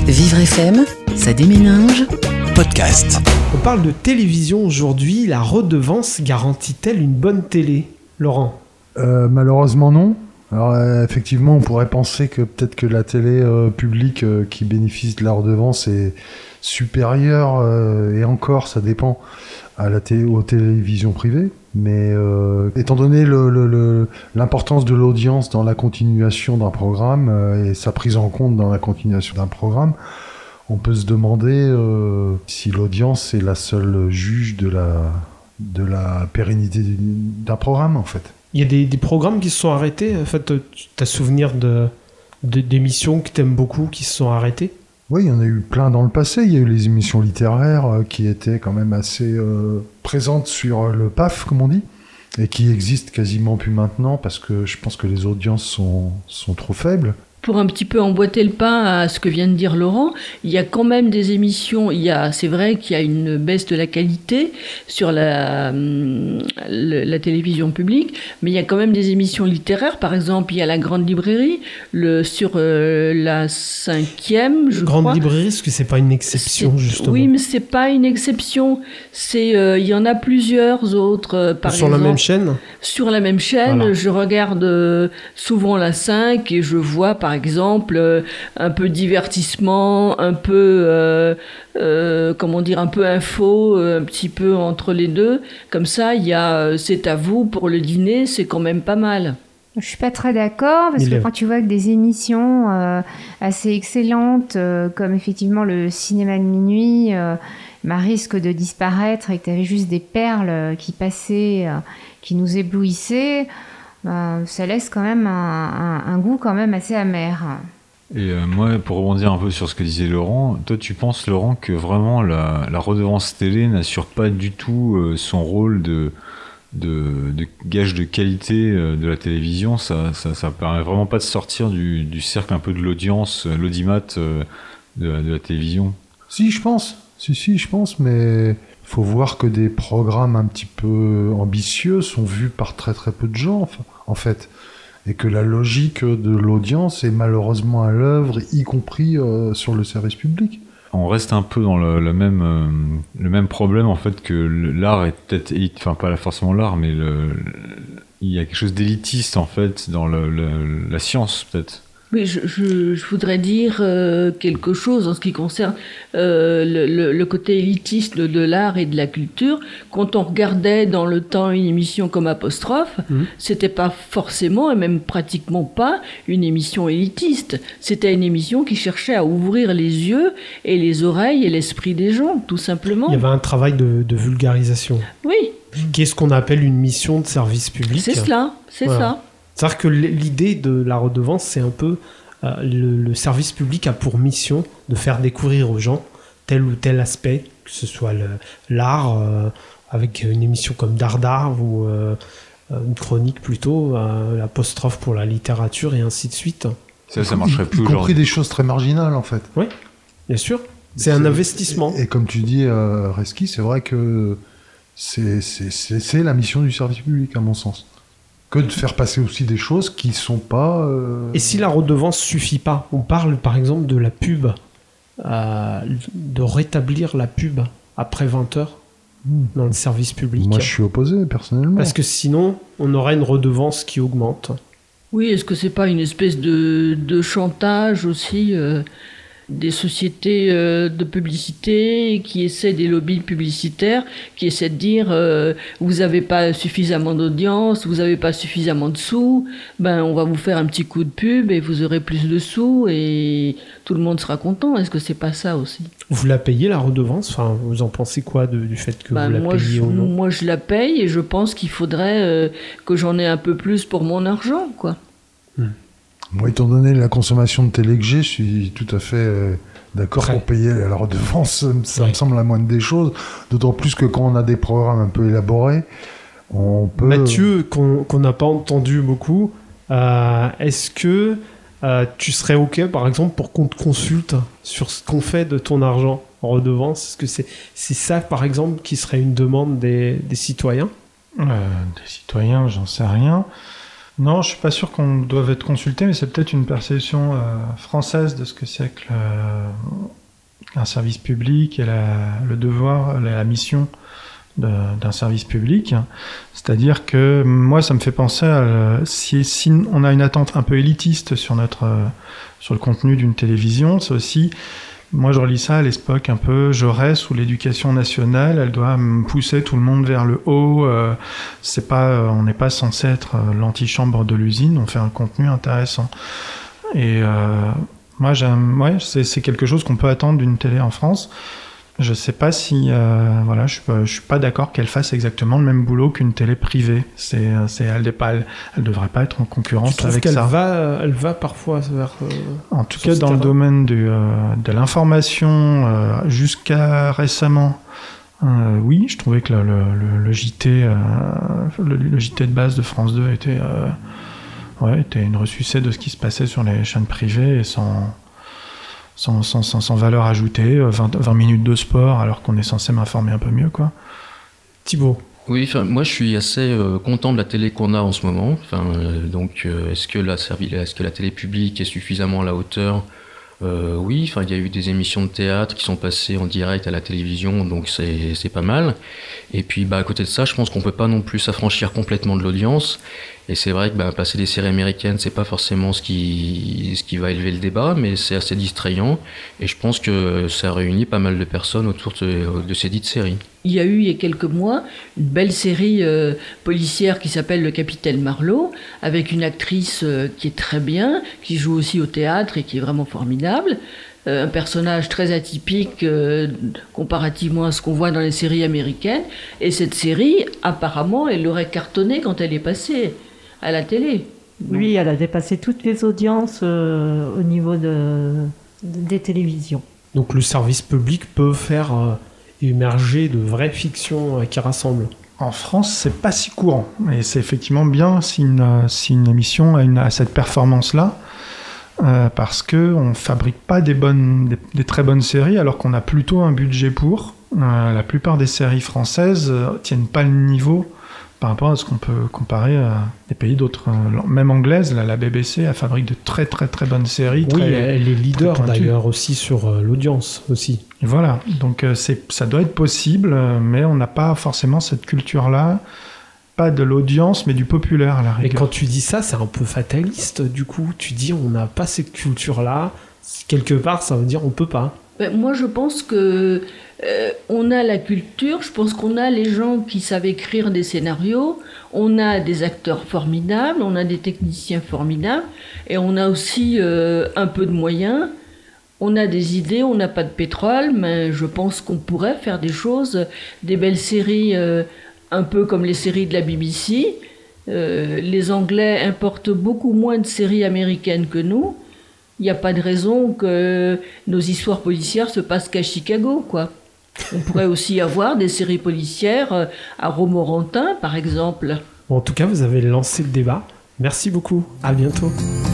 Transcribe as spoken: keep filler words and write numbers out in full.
Vivre F M, ça déménage. Podcast. On parle de télévision aujourd'hui. La redevance garantit-elle une bonne télé, Laurent ? euh, Malheureusement non. Alors euh, effectivement, on pourrait penser que peut-être que la télé euh, publique euh, qui bénéficie de la redevance est supérieure, euh, et encore, ça dépend, à la télé, aux télévisions privées. Mais euh, étant donné le, le, le, l'importance de l'audience dans la continuation d'un programme euh, et sa prise en compte dans la continuation d'un programme, on peut se demander euh, si l'audience est la seule juge de la, de la pérennité d'un programme, en fait. Il y a des, des programmes qui se sont arrêtés. En fait, tu as souvenir de, de, d'émissions que tu aimes beaucoup qui se sont arrêtées ? Oui, il y en a eu plein dans le passé. Il y a eu les émissions littéraires euh, qui étaient quand même assez euh, présentes sur le P A F, comme on dit, et qui existent quasiment plus maintenant parce que je pense que les audiences sont, sont trop faibles. Pour un petit peu emboîter le pas à ce que vient de dire Laurent, il y a quand même des émissions, il y a, c'est vrai qu'il y a une baisse de la qualité sur la, la, la télévision publique, mais il y a quand même des émissions littéraires. Par exemple, il y a la Grande Librairie, le, sur euh, la cinquième, je Grande crois. Librairie, est-ce que c'est pas une exception, c'est, justement ? Oui, mais c'est pas une exception. C'est, euh, il y en a plusieurs autres, euh, par sur exemple. Sur la même chaîne ? Sur la même chaîne, voilà. Je regarde euh, souvent la cinq et je vois, par exemple, euh, un peu divertissement, un peu, euh, euh, comment dire, un peu info, euh, un petit peu entre les deux. Comme ça, il y a euh, C'est à vous pour le dîner, c'est quand même pas mal. Je suis pas très d'accord parce Il que est... quand tu vois que des émissions euh, assez excellentes, euh, comme effectivement le cinéma de minuit, euh, bah, risque de disparaître et que tu avais juste des perles qui passaient, euh, qui nous éblouissaient. Euh, ça laisse quand même un, un, un goût quand même assez amer. Et euh, moi, pour rebondir un peu sur ce que disait Laurent, toi tu penses, Laurent, que vraiment la, la redevance télé n'assure pas du tout euh, son rôle de, de, de gage de qualité euh, de la télévision. Ça, ça, ça permet vraiment pas de sortir du, du cercle un peu de l'audience, euh, l'audimat euh, de, de la télévision. Si, je pense. Si, si, je pense, mais... faut voir que des programmes un petit peu ambitieux sont vus par très très peu de gens, en fait. Et que la logique de l'audience est malheureusement à l'œuvre, y compris euh, sur le service public. On reste un peu dans le, le, même, euh, le même problème, en fait, que l'art est peut-être élite, enfin pas forcément l'art, mais le, le, il y a quelque chose d'élitiste, en fait, dans le, le, la science, peut-être. Oui, je, je, je voudrais dire euh, quelque chose en ce qui concerne euh, le, le, le côté élitiste de, de l'art et de la culture. Quand on regardait dans le temps une émission comme Apostrophe, mmh. C'était pas forcément et même pratiquement pas une émission élitiste. C'était une émission qui cherchait à ouvrir les yeux et les oreilles et l'esprit des gens, tout simplement. Il y avait un travail de, de vulgarisation. Oui. Qui est ce qu'on appelle une mission de service public. C'est cela, c'est voilà. ça. C'est-à-dire que l'idée de la redevance, c'est un peu euh, le, le service public a pour mission de faire découvrir aux gens tel ou tel aspect, que ce soit le, l'art, euh, avec une émission comme Dardar ou euh, une chronique plutôt, euh, l'apostrophe pour la littérature et ainsi de suite. Ça, ça marcherait plus aujourd'hui. Y compris genre... des choses très marginales, en fait. Oui, bien sûr. C'est, c'est un investissement. Et, et comme tu dis, euh, Reski, c'est vrai que c'est, c'est, c'est, c'est la mission du service public, à mon sens. Que de faire passer aussi des choses qui sont pas... Euh... Et si la redevance suffit pas, on parle par exemple de la pub, euh, de rétablir la pub après vingt heures mmh. dans le service public. Moi je suis opposé personnellement. Parce que sinon on aurait une redevance qui augmente. Oui, est-ce que c'est pas une espèce de, de chantage aussi euh... des sociétés euh, de publicité qui essaient, des lobbies publicitaires, qui essaient de dire euh, vous n'avez pas suffisamment d'audience, vous n'avez pas suffisamment de sous, ben on va vous faire un petit coup de pub et vous aurez plus de sous et tout le monde sera content. Est-ce que c'est pas ça aussi ? Vous la payez la redevance ? Enfin, vous en pensez quoi de, du fait que ben, vous la moi, payez je, ou non ? Moi je la paye et je pense qu'il faudrait euh, que j'en ai un peu plus pour mon argent, quoi. Hmm. Moi, étant donné la consommation de télé que j'ai, je suis tout à fait euh, d'accord Prêt. pour payer la redevance. Ça ouais. me semble la moindre des choses. D'autant plus que quand on a des programmes un peu élaborés, on peut... Mathieu, qu'on, qu'on n'a pas entendu beaucoup, euh, est-ce que euh, tu serais OK, par exemple, pour qu'on te consulte sur ce qu'on fait de ton argent en redevance ? Est-ce que c'est, c'est ça, par exemple, qui serait une demande des, des citoyens ? euh, Des citoyens, j'en sais rien. Non, je suis pas sûr qu'on doive être consulté, mais c'est peut-être une perception euh, française de ce que c'est que le, un service public et la, le devoir, la, la mission de, d'un service public. C'est-à-dire que moi, ça me fait penser à si, si on a une attente un peu élitiste sur notre euh, sur le contenu d'une télévision, c'est aussi moi, je relis ça à l'époque un peu Jaurès, où l'éducation nationale, elle doit pousser tout le monde vers le haut. Euh, c'est pas, euh, on n'est pas censé être euh, l'antichambre de l'usine. On fait un contenu intéressant. Et euh, moi, j'aime, ouais, c'est, c'est quelque chose qu'on peut attendre d'une télé en France. Je sais pas si, euh, voilà, je suis pas, je suis pas d'accord qu'elle fasse exactement le même boulot qu'une télé privée. C'est, c'est, elle est pas, elle, elle devrait pas être en concurrence avec qu'elle ça. Va, elle va parfois vers. Euh, en tout cas, dans terrain. Le domaine du, euh, de l'information, euh, jusqu'à récemment, euh, oui, je trouvais que le, le, le, le J T, euh, le, le J T de base de France deux était, euh, ouais, était une ressucée de ce qui se passait sur les chaînes privées et sans. Sans, sans, sans, sans valeur ajoutée, vingt, vingt minutes de sport alors qu'on est censé m'informer un peu mieux, quoi. Thibaut. Oui, moi je suis assez euh, content de la télé qu'on a en ce moment. Enfin, euh, donc, euh, est-ce que la est-ce que la télé publique est suffisamment à la hauteur ? Euh, oui, enfin, il y a eu des émissions de théâtre qui sont passées en direct à la télévision, donc c'est, c'est pas mal. Et puis, bah, à côté de ça, je pense qu'on peut pas non plus s'affranchir complètement de l'audience. Et c'est vrai que bah, passer des séries américaines, c'est pas forcément ce qui, ce qui va élever le débat, mais c'est assez distrayant. Et je pense que ça réunit pas mal de personnes autour de, de ces dites séries. Il y a eu, il y a quelques mois, une belle série euh, policière qui s'appelle Le Capitaine Marlowe, avec une actrice euh, qui est très bien, qui joue aussi au théâtre et qui est vraiment formidable. Euh, un personnage très atypique euh, comparativement à ce qu'on voit dans les séries américaines. Et cette série, apparemment, elle aurait cartonné quand elle est passée à la télé. Oui, elle a dépassé toutes les audiences euh, au niveau de, de, des télévisions. Donc le service public peut faire euh, émerger de vraies fictions euh, qui rassemblent. En France, c'est pas si courant. Et c'est effectivement bien si une, si une émission a, une, a cette performance-là, euh, parce qu'on ne fabrique pas des, bonnes, des, des très bonnes séries, alors qu'on a plutôt un budget pour. Euh, la plupart des séries françaises euh, tiennent pas le niveau par rapport à ce qu'on peut comparer à des pays d'autres. Même anglaise, là, la B B C, elle fabrique de très très très bonnes séries. Oui, très, elle est leader d'ailleurs aussi sur euh, l'audience aussi. Et voilà, donc euh, c'est, ça doit être possible, euh, mais on n'a pas forcément cette culture-là, pas de l'audience, mais du populaire à la rigueur. Et quand tu dis ça, c'est un peu fataliste, du coup. Tu dis on n'a pas cette culture-là, quelque part ça veut dire on peut pas. Ben, moi je pense que Euh, on a la culture, je pense qu'on a les gens qui savent écrire des scénarios, on a des acteurs formidables, on a des techniciens formidables, et on a aussi euh, un peu de moyens, on a des idées, on n'a pas de pétrole, mais je pense qu'on pourrait faire des choses, des belles séries, euh, un peu comme les séries de la B B C. Euh, les Anglais importent beaucoup moins de séries américaines que nous. Il n'y a pas de raison que nos histoires policières se passent qu'à Chicago, quoi. On pourrait aussi avoir des séries policières à Romorantin, par exemple. Bon, en tout cas, vous avez lancé le débat. Merci beaucoup. À bientôt.